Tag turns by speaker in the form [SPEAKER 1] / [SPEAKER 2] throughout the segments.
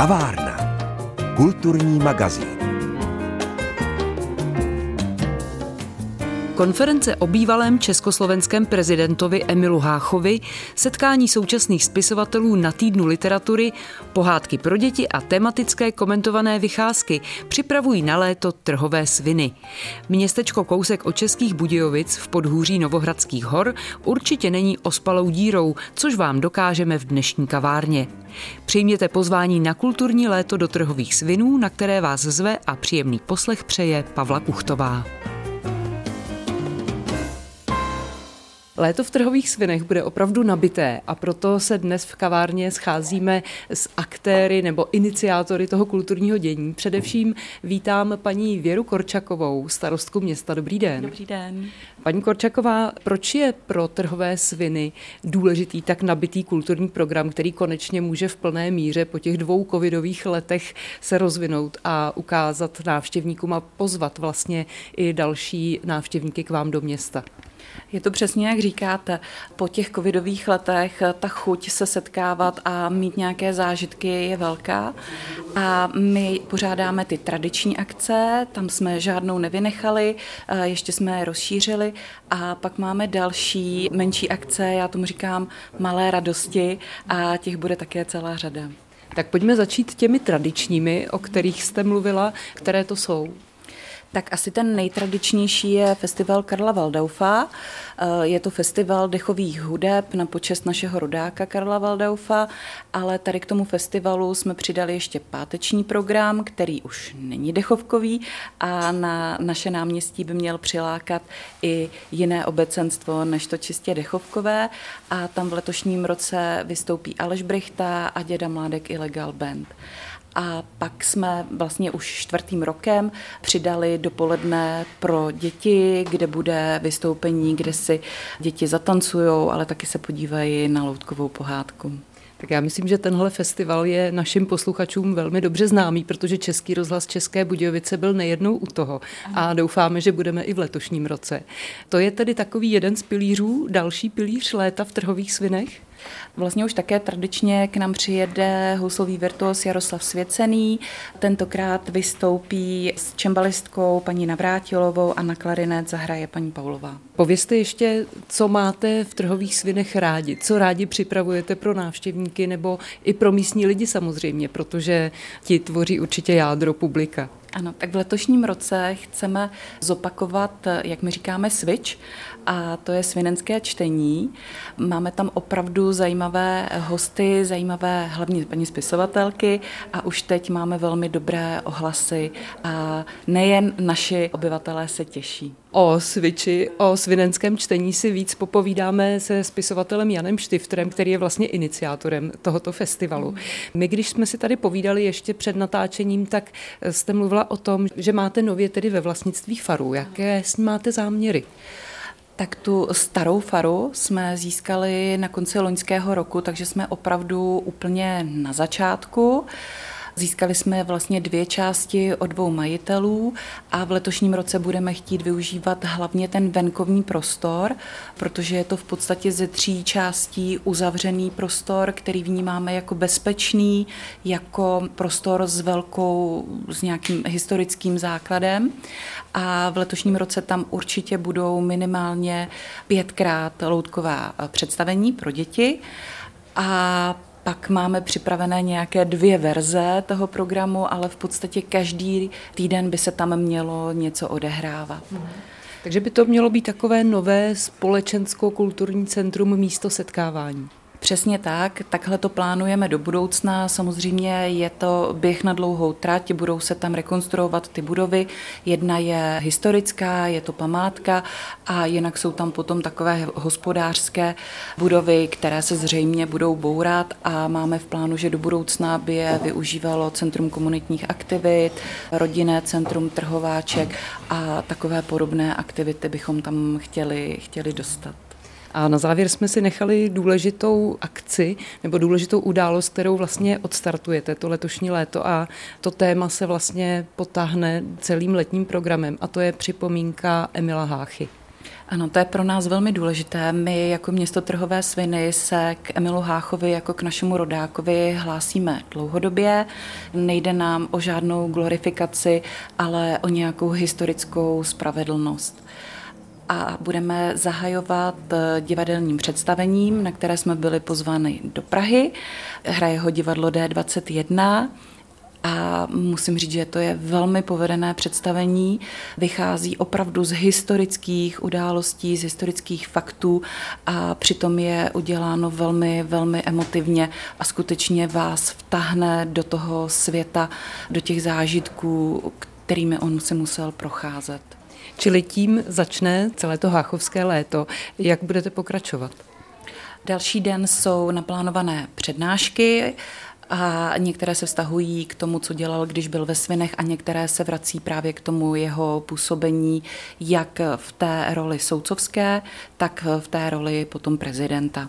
[SPEAKER 1] Kavárna. Kulturní magazín.
[SPEAKER 2] Konference o bývalém československém prezidentovi Emilu Háchovi, setkání současných spisovatelů na týdnu literatury, pohádky pro děti a tematické komentované vycházky připravují na léto Trhové sviny. Městečko kousek od Českých Budějovic v podhůří Novohradských hor určitě není ospalou dírou, což vám dokážeme v dnešní kavárně. Přijměte pozvání na kulturní léto do Trhových svinů, na které vás zve a příjemný poslech přeje Pavla Kuchtová. Léto v Trhových svinech bude opravdu nabité a proto se dnes v kavárně scházíme s aktéry nebo iniciátory toho kulturního dění. Především vítám paní Věru Korčakovou, starostku města. Dobrý den.
[SPEAKER 3] Dobrý den.
[SPEAKER 2] Paní Korčaková, proč je pro Trhové sviny důležitý tak nabitý kulturní program, který konečně může v plné míře po těch 2 covidových letech se rozvinout a ukázat návštěvníkům a pozvat vlastně i další návštěvníky k vám do města?
[SPEAKER 3] Je to přesně, jak říkáte. Po těch covidových letech ta chuť se setkávat a mít nějaké zážitky je velká. A my pořádáme ty tradiční akce, tam jsme žádnou nevynechali, ještě jsme je rozšířili. A pak máme další menší akce, já tomu říkám malé radosti, a těch bude také celá řada.
[SPEAKER 2] Tak pojďme začít těmi tradičními, o kterých jste mluvila, které to jsou.
[SPEAKER 3] Tak asi ten nejtradičnější je festival Karla Waldaufa. Je to festival dechových hudeb na počest našeho rodáka Karla Waldaufa, ale tady k tomu festivalu jsme přidali ještě páteční program, který už není dechovkový a na naše náměstí by měl přilákat i jiné obecenstvo než to čistě dechovkové, a tam v letošním roce vystoupí Aleš Brychta a Děda Mládek Illegal Band. A pak jsme vlastně už 4. rokem přidali dopoledne pro děti, kde bude vystoupení, kde si děti zatancujou, ale taky se podívají na loutkovou pohádku.
[SPEAKER 2] Tak já myslím, že tenhle festival je našim posluchačům velmi dobře známý, protože Český rozhlas České Budějovice byl nejednou u toho a doufáme, že budeme i v letošním roce. To je tedy takový jeden z pilířů, další pilíř léta v Trhových svinech?
[SPEAKER 3] Vlastně už také tradičně k nám přijede houslový virtuos Jaroslav Svěcený. Tentokrát vystoupí s čembalistkou paní Navrátilovou a na klarinet zahraje paní Paulová.
[SPEAKER 2] Povězte ještě, co máte v Trhových svinech rádi, co rádi připravujete pro návštěvníky nebo i pro místní lidi samozřejmě, protože ti tvoří určitě jádro publika.
[SPEAKER 3] Ano, tak v letošním roce chceme zopakovat, jak my říkáme, switch, a to je svinenské čtení. Máme tam opravdu zajímavé hosty, zajímavé hlavně paní spisovatelky, a už teď máme velmi dobré ohlasy a nejen naši obyvatelé se těší.
[SPEAKER 2] O switchi, o svinenském čtení si víc popovídáme se spisovatelem Janem Štiftrem, který je vlastně iniciátorem tohoto festivalu. My, když jsme si tady povídali ještě před natáčením, tak jste mluvila o tom, že máte nově tedy ve vlastnictví faru. Jaké s ní máte záměry?
[SPEAKER 3] Tak tu starou faru jsme získali na konci loňského roku, takže jsme opravdu úplně na začátku. Získali jsme vlastně 2 části od 2 majitelů a v letošním roce budeme chtít využívat hlavně ten venkovní prostor, protože je to v podstatě ze 3 částí uzavřený prostor, který vnímáme jako bezpečný, jako prostor s nějakým historickým základem. A v letošním roce tam určitě budou minimálně 5krát loutková představení pro děti. A pak máme připravené nějaké 2 verze toho programu, ale v podstatě každý týden by se tam mělo něco odehrávat.
[SPEAKER 2] Takže by to mělo být takové nové společensko-kulturní centrum, místo setkávání.
[SPEAKER 3] Přesně tak, takhle to plánujeme do budoucna. Samozřejmě je to běh na dlouhou trať, budou se tam rekonstruovat ty budovy. Jedna je historická, je to památka, a jinak jsou tam potom takové hospodářské budovy, které se zřejmě budou bourat, a máme v plánu, že do budoucna by je využívalo Centrum komunitních aktivit, rodinné centrum Trhováček a takové podobné aktivity bychom tam chtěli dostat.
[SPEAKER 2] A na závěr jsme si nechali důležitou akci nebo důležitou událost, kterou vlastně odstartujete to letošní léto, a to téma se vlastně potáhne celým letním programem, a to je připomínka Emila Háchy.
[SPEAKER 3] Ano, to je pro nás velmi důležité. My jako město Trhové Sviny se k Emilu Háchovi jako k našemu rodákovi hlásíme dlouhodobě. Nejde nám o žádnou glorifikaci, ale o nějakou historickou spravedlnost. A budeme zahajovat divadelním představením, na které jsme byli pozváni do Prahy. Hraje ho divadlo D21. A musím říct, že to je velmi povedené představení. Vychází opravdu z historických událostí, z historických faktů a přitom je uděláno velmi, velmi emotivně a skutečně vás vtáhne do toho světa, do těch zážitků, kterými on si musel procházet.
[SPEAKER 2] Čili tím začne celé to háchovské léto. Jak budete pokračovat?
[SPEAKER 3] Další den jsou naplánované přednášky, a některé se vztahují k tomu, co dělal, když byl ve Svinech, a některé se vrací právě k tomu jeho působení, jak v té roli soudcovské, tak v té roli potom prezidenta.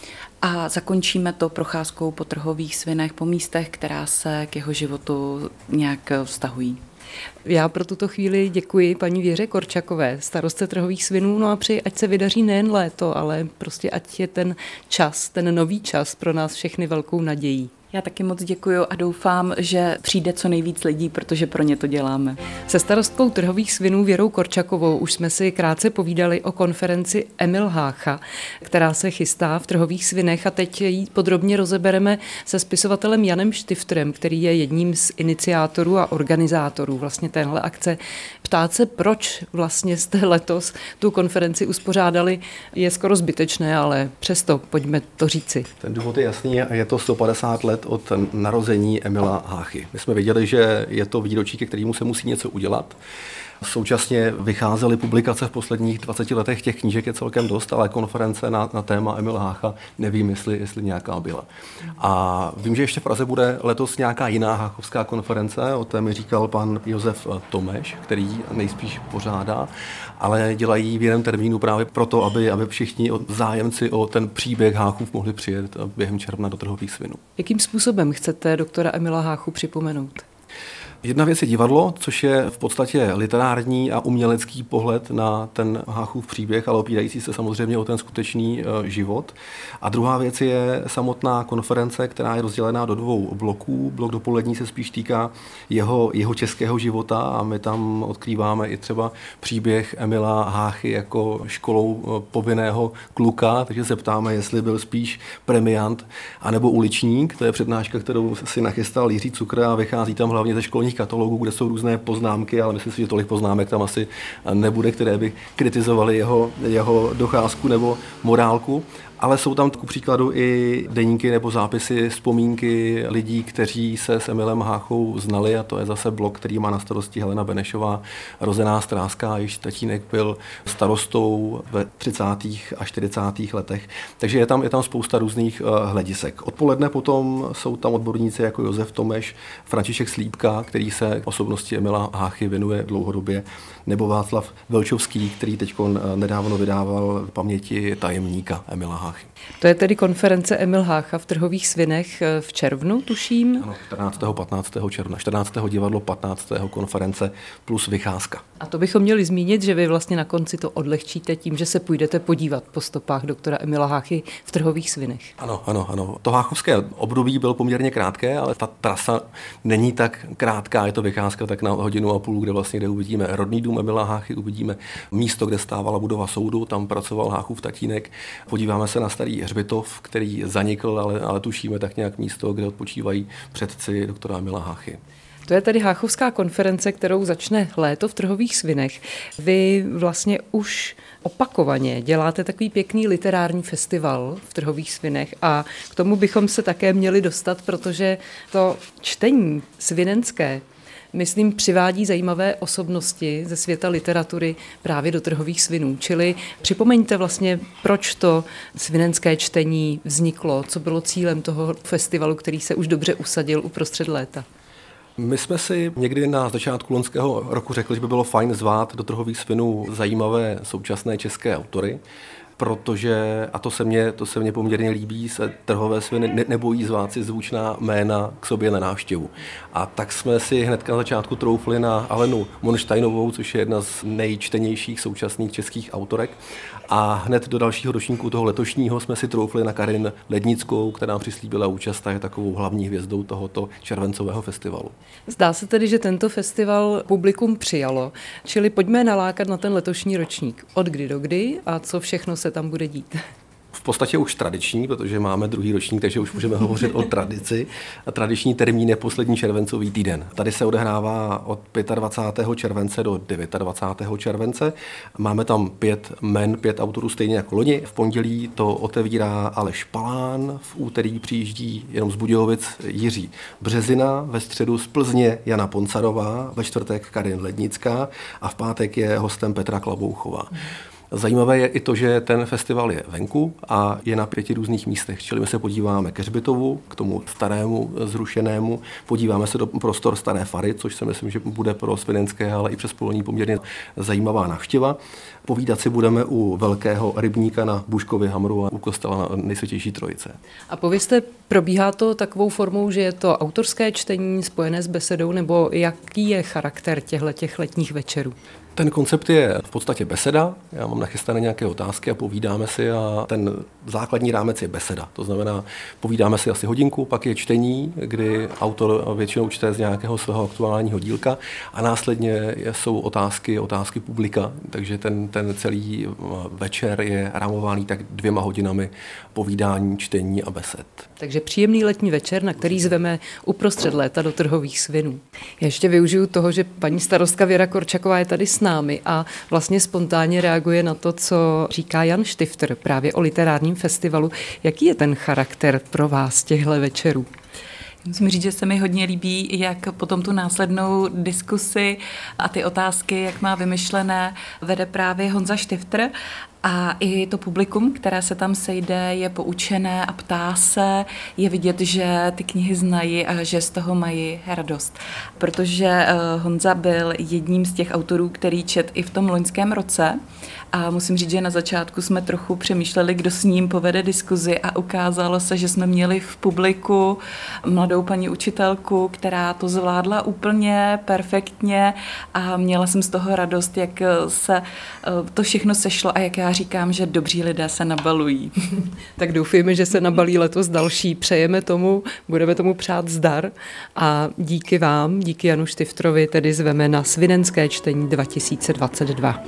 [SPEAKER 3] A zakončíme to procházkou po Trhových Svinech, po místech, která se k jeho životu nějak vztahují.
[SPEAKER 2] Já pro tuto chvíli děkuji paní Věře Korčakové, starostce Trhových Svinů, no a přeji, ať se vydaří nejen léto, ale prostě ať je ten čas, ten nový čas pro nás všechny velkou nadějí.
[SPEAKER 3] Já taky moc děkuju a doufám, že přijde co nejvíc lidí, protože pro ně to děláme.
[SPEAKER 2] Se starostkou Trhových Svinů Věrou Korčakovou už jsme si krátce povídali o konferenci Emil Hácha, která se chystá v Trhových Svinech, a teď ji podrobně rozebereme se spisovatelem Janem Štiftrem, který je jedním z iniciátorů a organizátorů vlastně téhle akce. Ptát se, proč vlastně jste letos tu konferenci uspořádali, je skoro zbytečné, ale přesto pojďme to říci.
[SPEAKER 4] Ten důvod je jasný a je to 150 let od narození Emila Háchy. My jsme věděli, že je to výročí, ke kterému se musí něco udělat. Současně vycházely publikace v posledních 20 letech, těch knížek je celkem dost, ale konference na téma Emil Hácha nevím, jestli nějaká byla. A vím, že ještě v Praze bude letos nějaká jiná háchovská konference, o té mi říkal pan Josef Tomeš, který nejspíš pořádá, ale dělají v jiném termínu právě proto, aby všichni zájemci o ten příběh Háchův mohli přijet během června do Trhových Svinů.
[SPEAKER 2] Jakým způsobem chcete doktora Emila Háchu připomenout?
[SPEAKER 4] Jedna věc je divadlo, což je v podstatě literární a umělecký pohled na ten Háchův příběh, ale opírající se samozřejmě o ten skutečný život. A druhá věc je samotná konference, která je rozdělená do 2 bloků. Blok dopolední se spíš týká jeho českého života a my tam odkrýváme i třeba příběh Emila Háchy jako školou povinného kluka, takže se ptáme, jestli byl spíš premiant anebo uličník. To je přednáška, kterou si nachystal Jiří Cukr a vychází tam hlavně ze školních katalogů, kde jsou různé poznámky, ale myslím si, že tolik poznámek tam asi nebude, které by kritizovaly jeho docházku nebo morálku. Ale jsou tam ku příkladu i deníky nebo zápisy, vzpomínky lidí, kteří se s Emilem Háchou znali, a to je zase blok, který má na starosti Helena Benešová, rozená Stráska, jejíž tatínek byl starostou ve 30. a 40. letech. Takže je tam spousta různých hledisek. Odpoledne potom jsou tam odborníci jako Josef Tomeš, František Slípka, který se osobnosti Emila Háchy věnuje dlouhodobě, nebo Václav Velčovský, který teď nedávno vydával paměti tajemníka Emila Háchy.
[SPEAKER 2] To je tedy konference Emil Hácha v Trhových Svinech v červnu, tuším?
[SPEAKER 4] Ano, 14. 15. června. 14. divadlo, 15. konference plus vycházka.
[SPEAKER 2] A to bychom měli zmínit, že vy vlastně na konci to odlehčíte tím, že se půjdete podívat po stopách doktora Emila Háchy v Trhových Svinech.
[SPEAKER 4] Ano. To háchovské období bylo poměrně krátké, ale ta trasa není tak krátká, je to vycházka tak na 1,5 hodiny, kde uvidíme rodný dům Emila Háchy, uvidíme místo, kde stávala budova soudu, tam pracoval Háchův tatínek. Podíváme se na starý hřbitov, který zanikl, ale tušíme tak nějak místo, kde odpočívají předci doktora Emila Háchy.
[SPEAKER 2] To je tedy háchovská konference, kterou začne léto v Trhových Svinech. Vy vlastně už opakovaně děláte takový pěkný literární festival v Trhových Svinech a k tomu bychom se také měli dostat, protože to čtení svinenské, myslím, přivádí zajímavé osobnosti ze světa literatury právě do Trhových Svinů. Čili připomeňte vlastně, proč to svinenské čtení vzniklo, co bylo cílem toho festivalu, který se už dobře usadil uprostřed léta.
[SPEAKER 4] My jsme si někdy na začátku loňského roku řekli, že by bylo fajn zvát do Trhových Svinů zajímavé současné české autory. protože, a to se mně poměrně líbí, se trhové sviny nebojí zvát si zvučná jména k sobě na návštěvu. A tak jsme si hned na začátku troufli na Alenu Monštejnovou, což je jedna z nejčtenějších současných českých autorek. A hned do dalšího ročníku toho letošního jsme si troufli na Karin Lednickou, která přislíbila účast a je takovou hlavní hvězdou tohoto červencového festivalu.
[SPEAKER 2] Zdá se tedy, že tento festival publikum přijalo, čili pojďme nalákat na ten letošní ročník. Od kdy do kdy a co všechno se tam bude dít?
[SPEAKER 4] V podstatě už tradiční, protože máme druhý ročník, takže už můžeme hovořit o tradici. A tradiční termín je poslední červencový týden. Tady se odehrává od 25. července do 29. července. Máme tam 5 autorů stejně jako loni. V pondělí to otevírá Aleš Palán, v úterý přijíždí jenom z Budějovic Jiří Březina, ve středu z Plzně Jana Poncarová, ve čtvrtek Karin Lednická a v pátek je hostem Petra Klabouchová. Zajímavé je i to, že ten festival je venku a je na 5 různých místech. Čili my se podíváme ke hřbitovu, k tomu starému zrušenému, podíváme se do prostor Staré fary, což si myslím, že bude pro svinenské, ale i přes Polní poměrně zajímavá návštěva. Povídat si budeme u velkého rybníka na Buškově Hamru a u kostela na Nejsvětější Trojice.
[SPEAKER 2] A povězte, probíhá to takovou formou, že je to autorské čtení spojené s besedou, nebo jaký je charakter těchto letních večerů?
[SPEAKER 4] Ten koncept je v podstatě beseda. Já mám nachystané nějaké otázky a povídáme si a ten základní rámec je beseda. To znamená, povídáme si asi hodinku, pak je čtení, kdy autor většinou čte z nějakého svého aktuálního dílka a následně jsou otázky publika. Takže ten celý večer je rámovaný tak 2 hodinami povídání, čtení a besed.
[SPEAKER 2] Takže příjemný letní večer, na který zveme uprostřed léta do trhových svinů. Já ještě využiju toho, že paní starostka Věra Korčaková je tady s námi a vlastně spontánně reaguje na to, co říká Jan Štifter právě o literárním festivalu. Jaký je ten charakter pro vás těchto večerů?
[SPEAKER 3] Musím říct, že se mi hodně líbí, jak potom tu následnou diskusi a ty otázky, jak má vymyšlené, vede právě Honza Štifter. A i to publikum, které se tam sejde, je poučené a ptá se, je vidět, že ty knihy znají a že z toho mají radost. Protože Honza byl jedním z těch autorů, který čet i v tom loňském roce a musím říct, že na začátku jsme trochu přemýšleli, kdo s ním povede diskuzi a ukázalo se, že jsme měli v publiku mladou paní učitelku, která to zvládla úplně perfektně a měla jsem z toho radost, jak se to všechno sešlo a jak já říkám, že dobří lidé se nabalují.
[SPEAKER 2] Tak doufejme, že se nabalí letos další. Přejeme tomu, budeme tomu přát zdar a díky vám, díky Janu Štiftrovi, tedy zveme na Svinenské čtení 2022.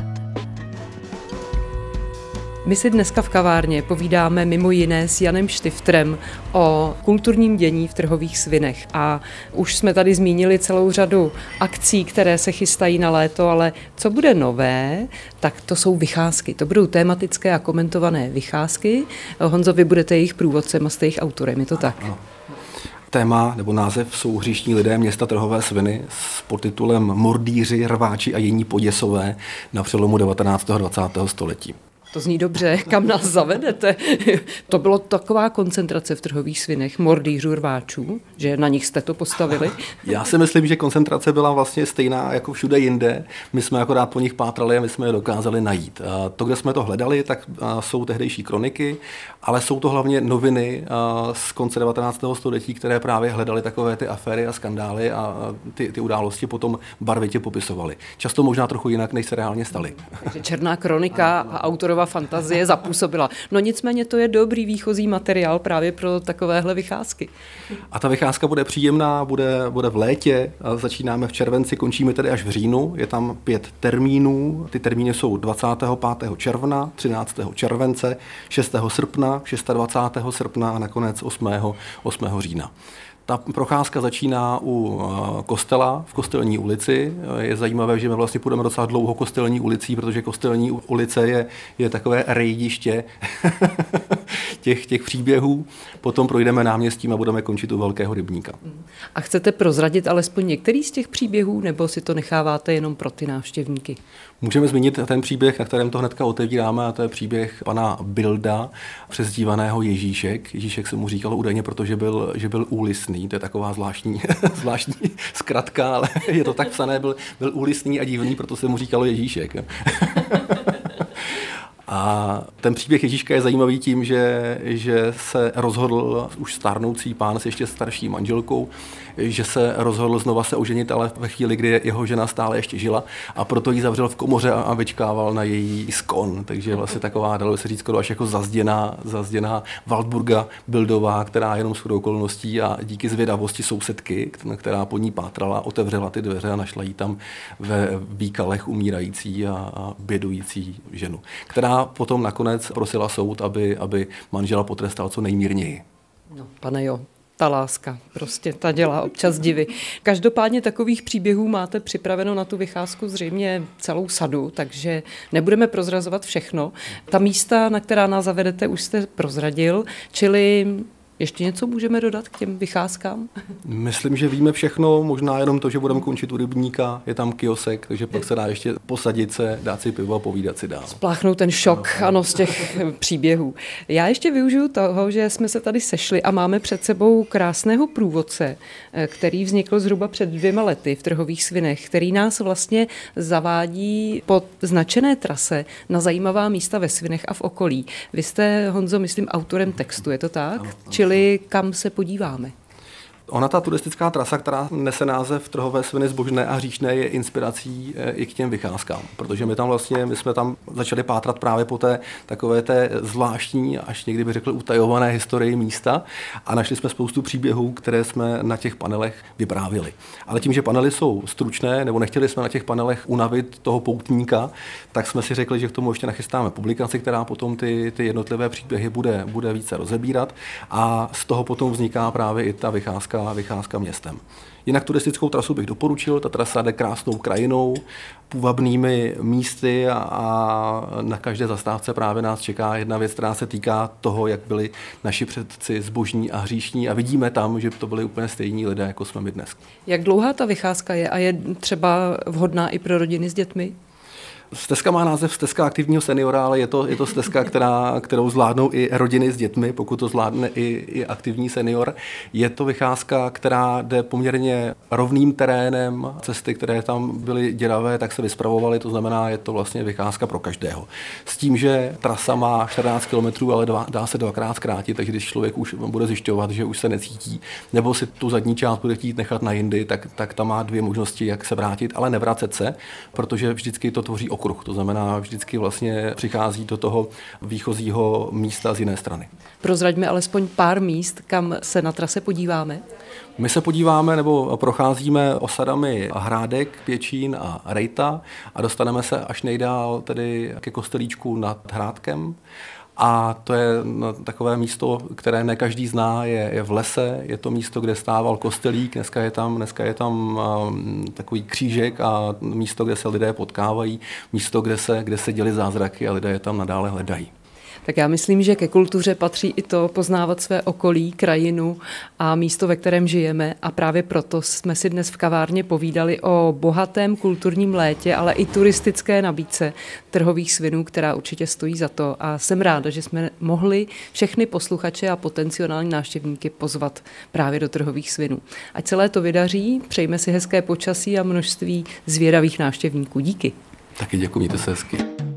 [SPEAKER 2] My si dneska v kavárně povídáme mimo jiné s Janem Štiftrem o kulturním dění v trhových svinech. A už jsme tady zmínili celou řadu akcí, které se chystají na léto, ale co bude nové, tak to jsou vycházky. To budou tematické a komentované vycházky. Honzo, vy budete jejich průvodcem a jste jejich autorem, je to tak?
[SPEAKER 4] Ano. Téma nebo název jsou Hříšní lidé města Trhové sviny s podtitulem Mordýři, rváči a jiní poděsové na přelomu 19. a 20. století.
[SPEAKER 2] To zní dobře, kam nás zavedete? To bylo taková koncentrace v trhových svinech, mordýřů, rváčů, že na nich jste to postavili?
[SPEAKER 4] Já si myslím, že koncentrace byla vlastně stejná jako všude jinde. My jsme akorát po nich pátrali a my jsme je dokázali najít. To, kde jsme to hledali, tak jsou tehdejší kroniky, ale jsou to hlavně noviny z konce 19. století, které právě hledaly takové ty aféry a skandály a ty události potom barvitě popisovaly. Často možná trochu jinak, než se reálně staly.
[SPEAKER 2] Takže černá kronika a autorova fantazie zapůsobila. No nicméně to je dobrý výchozí materiál právě pro takovéhle vycházky.
[SPEAKER 4] A ta vycházka bude příjemná, bude v létě, začínáme v červenci, končíme tedy až v říjnu, je tam 5 termínů, ty termíny jsou 25. června, 13. července, 6. srpna, 26. srpna a nakonec 8. října. Ta procházka začíná u kostela v Kostelní ulici. Je zajímavé, že my vlastně půjdeme docela dlouho Kostelní ulicí, protože Kostelní ulice je takové rejdiště těch příběhů. Potom projdeme náměstím a budeme končit u Velkého rybníka.
[SPEAKER 2] A chcete prozradit alespoň některý z těch příběhů, nebo si to necháváte jenom pro ty návštěvníky?
[SPEAKER 4] Můžeme zmínit ten příběh, na kterém to hnedka otevíráme, a to je příběh pana Bilda, přezdívaného Ježíšek. Ježíšek se mu říkalo údajně, protože že byl úlisný. To je taková zvláštní zkratka, ale je to tak psané, byl úlisný a divný, proto se mu říkalo Ježíšek. A ten příběh Ježíška je zajímavý tím, že se rozhodl už stárnoucí pán s ještě starší manželkou, že se rozhodl znova se oženit, ale ve chvíli, kdy jeho žena stále ještě žila, a proto ji zavřel v komoře a vyčkával na její skon. Takže vlastně taková, dalo se říct, až jako zazděná Waldburga Bildová, která jenom shodou okolností a díky zvědavosti sousedky, která po ní pátrala, otevřela ty dveře a našla jí tam ve výkalech umírající a bědující ženu, která potom nakonec prosila soud, aby manžela potrestal co nejmírněji.
[SPEAKER 2] No, pane jo, ta láska, prostě ta dělá občas divy. Každopádně takových příběhů máte připraveno na tu vycházku zřejmě celou sadu, takže nebudeme prozrazovat všechno. Ta místa, na která nás zavedete, už jste prozradil, čili ještě něco můžeme dodat k těm vycházkám?
[SPEAKER 4] Myslím, že víme všechno, možná jenom to, že budeme končit u rybníka, je tam kiosek, takže pak se dá ještě posadit se, dát si pivo a povídat si dál.
[SPEAKER 2] Spláchnout ten šok, ano, z těch příběhů. Já ještě využiju toho, že jsme se tady sešli a máme před sebou krásného průvodce, který vznikl zhruba před 2 lety v Trhových Svinech, který nás vlastně zavádí po značené trase na zajímavá místa ve Svinech a v okolí. Vy jste, Honzo, myslím, autorem textu, je to tak?
[SPEAKER 4] Ano.
[SPEAKER 2] Čili kam se podíváme?
[SPEAKER 4] Ona, ta turistická trasa, která nese název Trhové Sviny zbožné a hříšné, je inspirací i k těm vycházkám, protože my jsme tam začali pátrat právě po takové té zvláštní, až někdy bych řekl utajované historii místa, a našli jsme spoustu příběhů, které jsme na těch panelech vyprávěli. Ale tím, že panely jsou stručné, nebo nechtěli jsme na těch panelech unavit toho poutníka, tak jsme si řekli, že k tomu ještě nachystáme publikaci, která potom ty jednotlivé příběhy bude více rozebírat, a z toho potom vzniká právě i ta vycházka městem. Jinak turistickou trasu bych doporučil, ta trasa jde krásnou krajinou, půvabnými místy a na každé zastávce právě nás čeká jedna věc, která se týká toho, jak byli naši předci zbožní a hříšní, a vidíme tam, že to byli úplně stejní lidé, jako jsme my dnes.
[SPEAKER 2] Jak dlouhá ta vycházka je a je třeba vhodná i pro rodiny s dětmi?
[SPEAKER 4] Stezka má název Stezka aktivního seniora, ale je to stezka, kterou zvládnou i rodiny s dětmi, pokud to zvládne i aktivní senior. Je to vycházka, která jde poměrně rovným terénem. Cesty, které tam byly děravé, tak se vyspravovaly, to znamená, je to vlastně vycházka pro každého. S tím, že trasa má 14 km, ale dá se 2krát zkrátit, takže když člověk už bude zjišťovat, že už se necítí, nebo si tu zadní část bude chtít nechat na jindy, tak tam má 2 možnosti, jak se vrátit, ale nevracet se, protože vždycky to tvoří okruh. To znamená, vždycky vlastně přichází do toho výchozího místa z jiné strany.
[SPEAKER 2] Prozraďme alespoň pár míst, kam se na trase podíváme.
[SPEAKER 4] My se podíváme nebo procházíme osadami Hrádek, Pěčín a Rejta a dostaneme se až nejdál tedy ke kostelíčku nad Hrádkem. A to je takové místo, které ne každý zná, je v lese, je to místo, kde stával kostelík, dneska je tam takový křížek a místo, kde se lidé potkávají, místo, kde se děly zázraky a lidé je tam nadále hledají.
[SPEAKER 2] Tak já myslím, že ke kultuře patří i to poznávat své okolí, krajinu a místo, ve kterém žijeme, a právě proto jsme si dnes v kavárně povídali o bohatém kulturním létě, ale i turistické nabídce Trhových Svinů, která určitě stojí za to, a jsem ráda, že jsme mohli všechny posluchače a potenciální návštěvníky pozvat právě do Trhových Svinů. Ať se léto vydaří, přejme si hezké počasí a množství zvědavých návštěvníků. Díky.
[SPEAKER 4] Taky děkuji, mějte se hezky.